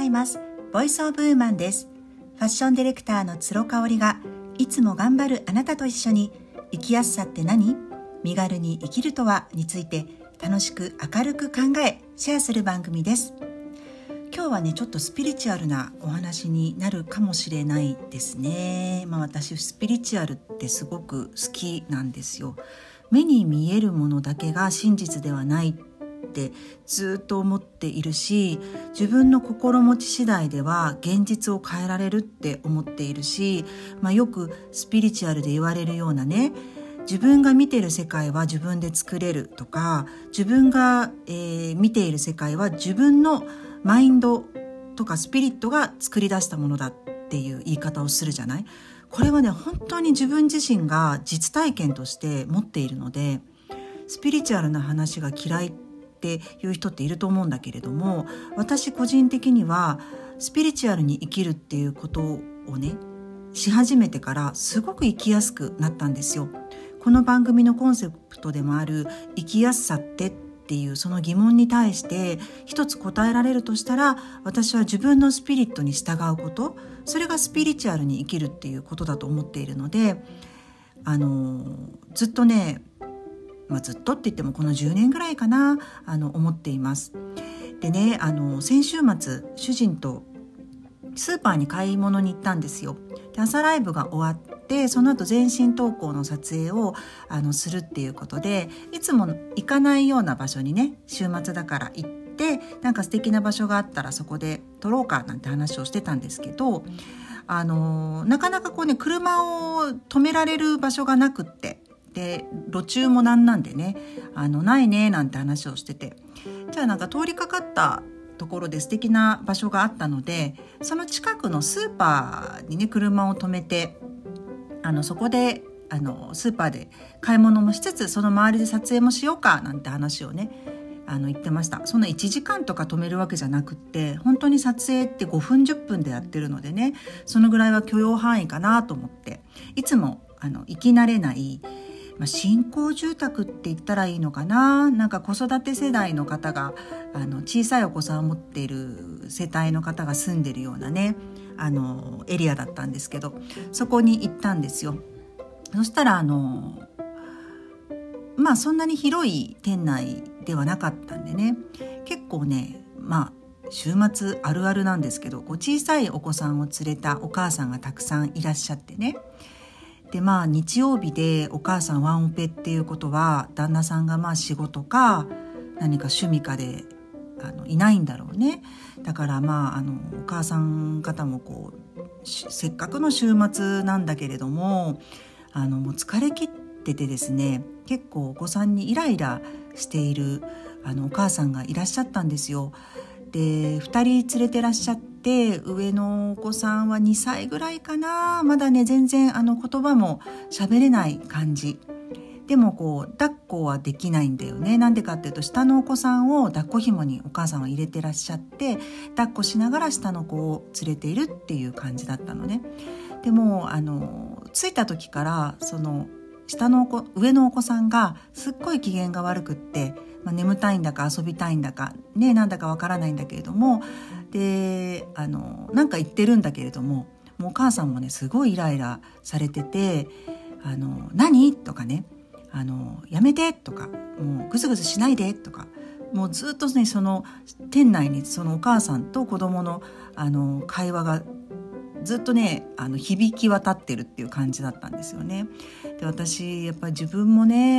います。ボイスオブウーマンです。ファッションディレクターのつろかおりが、いつも頑張るあなたと一緒に、生きやすさって何?身軽に生きるとはについて楽しく明るく考えシェアする番組です。今日はねちょっとスピリチュアルなお話になるかもしれないですね。私スピリチュアルってすごく好きなんですよ。目に見えるものだけが真実ではないってずっと思っているし、自分の心持ち次第では現実を変えられるって思っているし、よくスピリチュアルで言われるようなね、自分が見ている世界は自分で作れるとか、自分が、見ている世界は自分のマインドとかスピリットが作り出したものだっていう言い方をするじゃない。これはね本当に自分自身が実体験として持っているので、スピリチュアルな話が嫌いっていう人っていると思うんだけれども、私個人的にはスピリチュアルに生きるっていうことをねし始めてからすごく生きやすくなったんですよ。この番組のコンセプトでもある生きやすさっていうその疑問に対して一つ答えられるとしたら、私は自分のスピリットに従うこと、それがスピリチュアルに生きるっていうことだと思っているので、ずっとね、ずっとって言ってもこの10年ぐらいかな、思っています。でね、先週末主人とスーパーに買い物に行ったんですよ。で、朝ライブが終わってその後全身投稿の撮影をするっていうことで、いつも行かないような場所にね週末だから行って、なんか素敵な場所があったらそこで撮ろうかなんて話をしてたんですけど、なかなかこうね車を止められる場所がなくって、で路中もなんでねないねなんて話をしてて、じゃあなんか通りかかったところで素敵な場所があったので、その近くのスーパーにね車を止めて、そこでスーパーで買い物もしつつその周りで撮影もしようかなんて話をね言ってました。そんな1時間とか止めるわけじゃなくって、本当に撮影って5分10分でやってるのでね、そのぐらいは許容範囲かなと思って、いつも行き慣れない新興住宅って言ったらいいのかな、なんか子育て世代の方が小さいお子さんを持っている世帯の方が住んでるようなねエリアだったんですけど、そこに行ったんですよ。そしたらそんなに広い店内ではなかったんでね、結構ね週末あるあるなんですけど、小さいお子さんを連れたお母さんがたくさんいらっしゃってね。で日曜日でお母さんワンオペっていうことは、旦那さんが仕事か何か趣味かでいないんだろうね。だからお母さん方もせっかくの週末なんだけれどももう疲れ切っててですね、結構お子さんにイライラしているお母さんがいらっしゃったんですよ。で2人連れてらっしゃって、上のお子さんは2歳ぐらいかな、まだね全然言葉も喋れない感じでも抱っこはできないんだよね。なんでかっていうと、下のお子さんを抱っこ紐にお母さんは入れてらっしゃって、抱っこしながら下の子を連れているっていう感じだったのね。でも着いた時からその上のお子さんがすっごい機嫌が悪くって、眠たいんだか遊びたいんだかね、なんだかわからないんだけれども、でなんか言ってるんだけれども、もうお母さんもねすごいイライラされてて、何とかね、やめてとか、もうぐずぐずしないでとか、もうずっとねその店内にそのお母さんと子供の会話がずっとね響き渡ってるっていう感じだったんですよね。で私やっぱり自分もね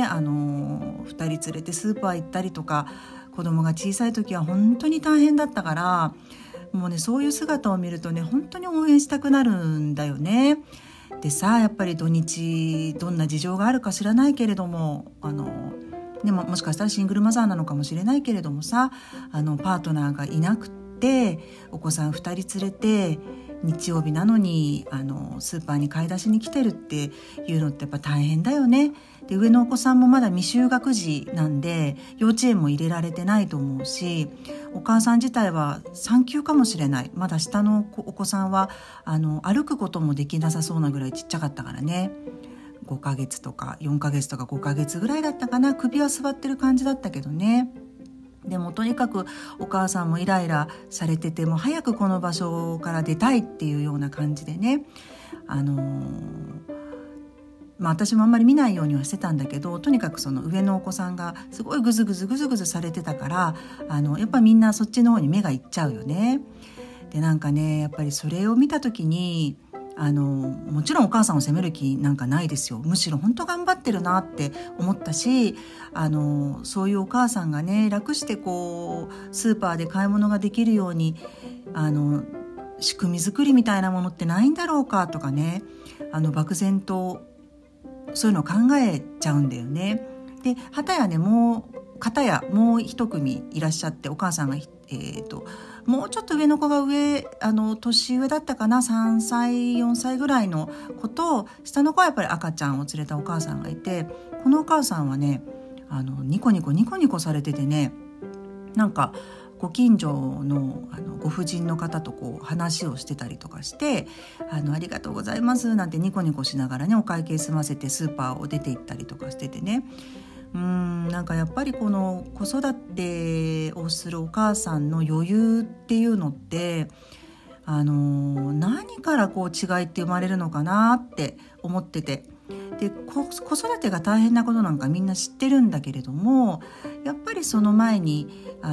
2人連れてスーパー行ったりとか、子供が小さい時は本当に大変だったから、もうねそういう姿を見るとね本当に応援したくなるんだよね。でさ、やっぱり土日どんな事情があるか知らないけれどももしかしたらシングルマザーなのかもしれないけれどもさ、パートナーがいなくってお子さん2人連れて日曜日なのにスーパーに買い出しに来てるっていうのってやっぱ大変だよね。で上のお子さんもまだ未就学児なんで幼稚園も入れられてないと思うし、お母さん自体は産休かもしれない。まだ下のお子さんは歩くこともできなさそうなぐらいちっちゃかったからね。5ヶ月とか4ヶ月とか5ヶ月ぐらいだったかな。首は座ってる感じだったけどね。 でもとにかくお母さんもイライラされてて、もう早くこの場所から出たいっていうような感じでね、私もあんまり見ないようにはしてたんだけど、とにかくその上のお子さんがすごいグズグズされてたから、やっぱみんなそっちの方に目がいっちゃうよね。でなんかね、やっぱりそれを見た時にもちろんお母さんを責める気なんかないですよ。むしろ本当頑張ってるなって思ったし、そういうお母さんがね、楽してこうスーパーで買い物ができるように仕組み作りみたいなものってないんだろうかとかね、漠然とそういうのを考えちゃうんだよね。で片やもう一組いらっしゃって、お母さんがもうちょっと上の子が年上だったかな、3歳4歳ぐらいの子と、下の子はやっぱり赤ちゃんを連れたお母さんがいて、このお母さんはねニコニコされててね、なんかご近所のご婦人の方とこう話をしてたりとかして、ありがとうございますなんてニコニコしながらね、お会計済ませてスーパーを出て行ったりとかしててね、なんかやっぱりこの子育てをするお母さんの余裕っていうのって、何からこう違いって生まれるのかなって思ってて、で子育てが大変なことなんかみんな知ってるんだけれども、やっぱりその前に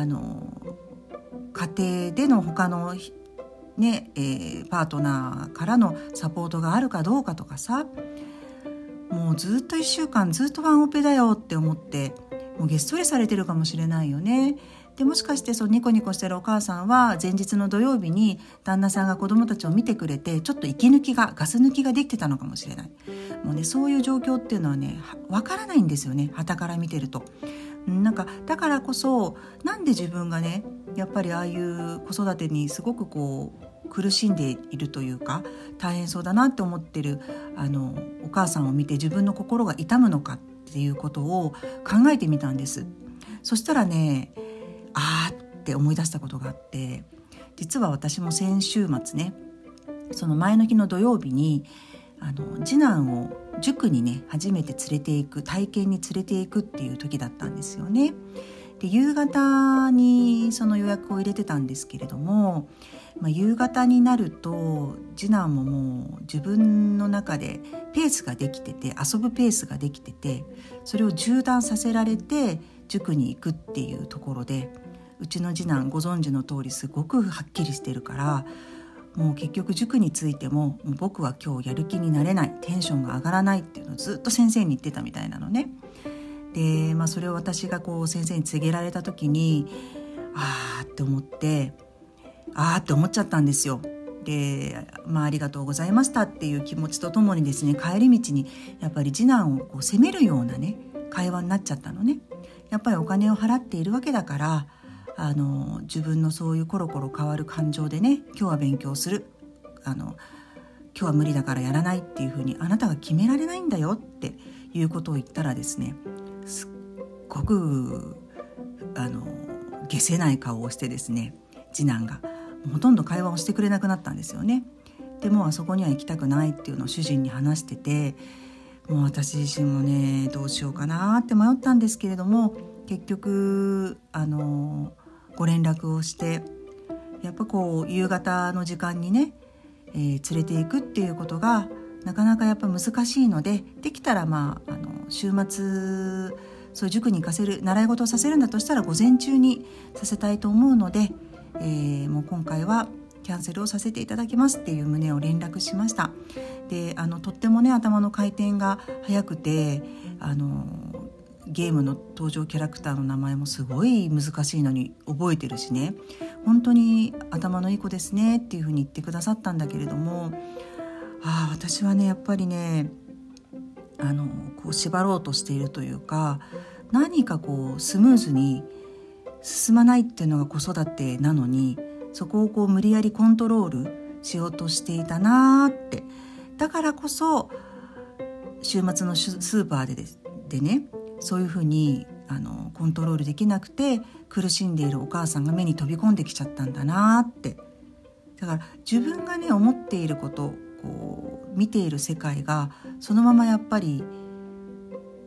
家庭での他のね、パートナーからのサポートがあるかどうかとかさ、もうずっと1週間ずっとワンオペだよって思って、もうげっそりされてるかもしれないよね。でもしかしてニコニコしてるお母さんは前日の土曜日に旦那さんが子供たちを見てくれて、ちょっとガス抜きができてたのかもしれない。もうね、そういう状況っていうのはね、わからないんですよね、傍から見てると。なんかだからこそ、なんで自分がね、やっぱりああいう子育てにすごくこう苦しんでいるというか、大変そうだなって思ってるお母さんを見て自分の心が痛むのかっていうことを考えてみたんです。そしたらね、って思い出したことがあって、実は私も先週末ね、その前の日の土曜日に次男を塾にね初めて連れていく、体験に連れていくっていう時だったんですよね。で夕方にその予約を入れてたんですけれども、夕方になると次男ももう自分の中でペースができてて、遊ぶペースができてて、それを中断させられて塾に行くっていうところで、うちの次男ご存知の通りすごくはっきりしてるから、もう結局塾についても僕は今日やる気になれない、テンションが上がらないっていうのをずっと先生に言ってたみたいなのね。で、それを私がこう先生に告げられた時にって思っちゃったんですよ。で、ありがとうございましたっていう気持ちとともにですね、帰り道にやっぱり次男をこう責めるようなね会話になっちゃったのね。やっぱりお金を払っているわけだから、自分のそういうコロコロ変わる感情でね、今日は勉強する、今日は無理だからやらないっていうふうにあなたが決められないんだよっていうことを言ったらですね、すっごく解せない顔をしてですね、次男がほとんど会話をしてくれなくなったんですよね。でもうあそこには行きたくないっていうのを主人に話してて、もう私自身もねどうしようかなって迷ったんですけれども、結局ご連絡をして、やっぱこう夕方の時間にね、連れていくっていうことがなかなかやっぱ難しいので、できたら週末そういう塾に行かせる、習い事をさせるんだとしたら午前中にさせたいと思うので、もう今回はキャンセルをさせていただきますっていう旨を連絡しました。でとってもね頭の回転が早くて、ゲームの登場キャラクターの名前もすごい難しいのに覚えてるしね、本当に頭のいい子ですねっていうふうに言ってくださったんだけれども、私はねやっぱりねこう縛ろうとしているというか、何かこうスムーズに進まないっていうのが子育てなのに、そこをこう無理やりコントロールしようとしていたなって。だからこそ週末のスーパーでね、そういうふうにコントロールできなくて苦しんでいるお母さんが目に飛び込んできちゃったんだなって。だから自分がね思っていること、こう見ている世界がそのままやっぱり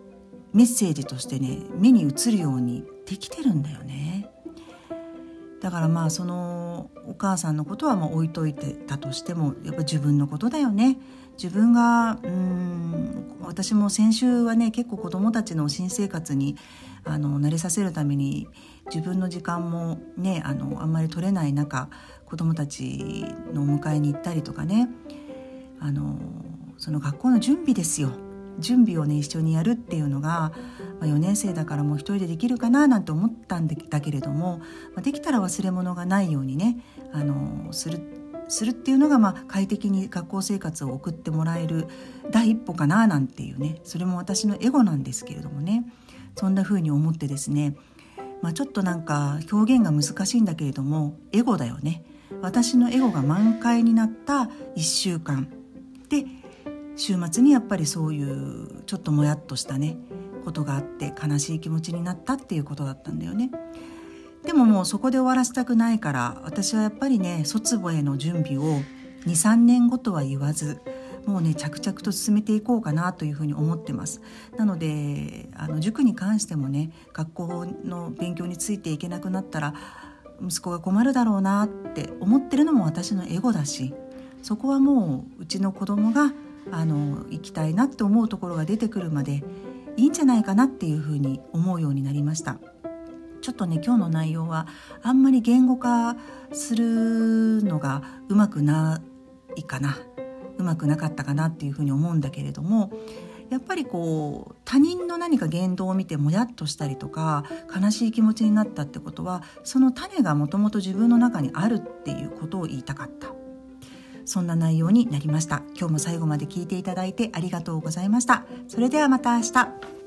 メッセージとしてね目に映るようにできてるんだよね。だからそのお母さんのことは置いといてたとしても、やっぱ自分のことだよね。自分が私も先週はね結構子どもたちの新生活に慣れさせるために自分の時間もねあんまり取れない中、子どもたちのお迎えに行ったりとかね、その学校の準備ですよ。準備をね一緒にやるっていうのが、4年生だからもう一人でできるかななんて思ったんだけれども、できたら忘れ物がないようにねするっていうのが快適に学校生活を送ってもらえる第一歩かななんていうね、それも私のエゴなんですけれどもね、そんな風に思ってですね、ちょっとなんか表現が難しいんだけれどもエゴだよね。私のエゴが満開になった1週間で、週末にやっぱりそういうちょっともやっとしたねことがあって悲しい気持ちになったっていうことだったんだよね。でももうそこで終わらせたくないから、私はやっぱりね卒母への準備を 2,3 年後とは言わず、もうね着々と進めていこうかなというふうに思ってます。なので塾に関してもね、学校の勉強についていけなくなったら息子が困るだろうなって思ってるのも私のエゴだし、そこはもううちの子供が行きたいなって思うところが出てくるまでいいんじゃないかなっていうふうに思うようになりました。ちょっとね今日の内容はあんまり言語化するのがうまくなかったかなっていうふうに思うんだけれども、やっぱり他人の何か言動を見てもやっとしたりとか悲しい気持ちになったってことは、その種がもともと自分の中にあるっていうことを言いたかった。そんな内容になりました。今日も最後まで聞いていただいてありがとうございました。それではまた明日。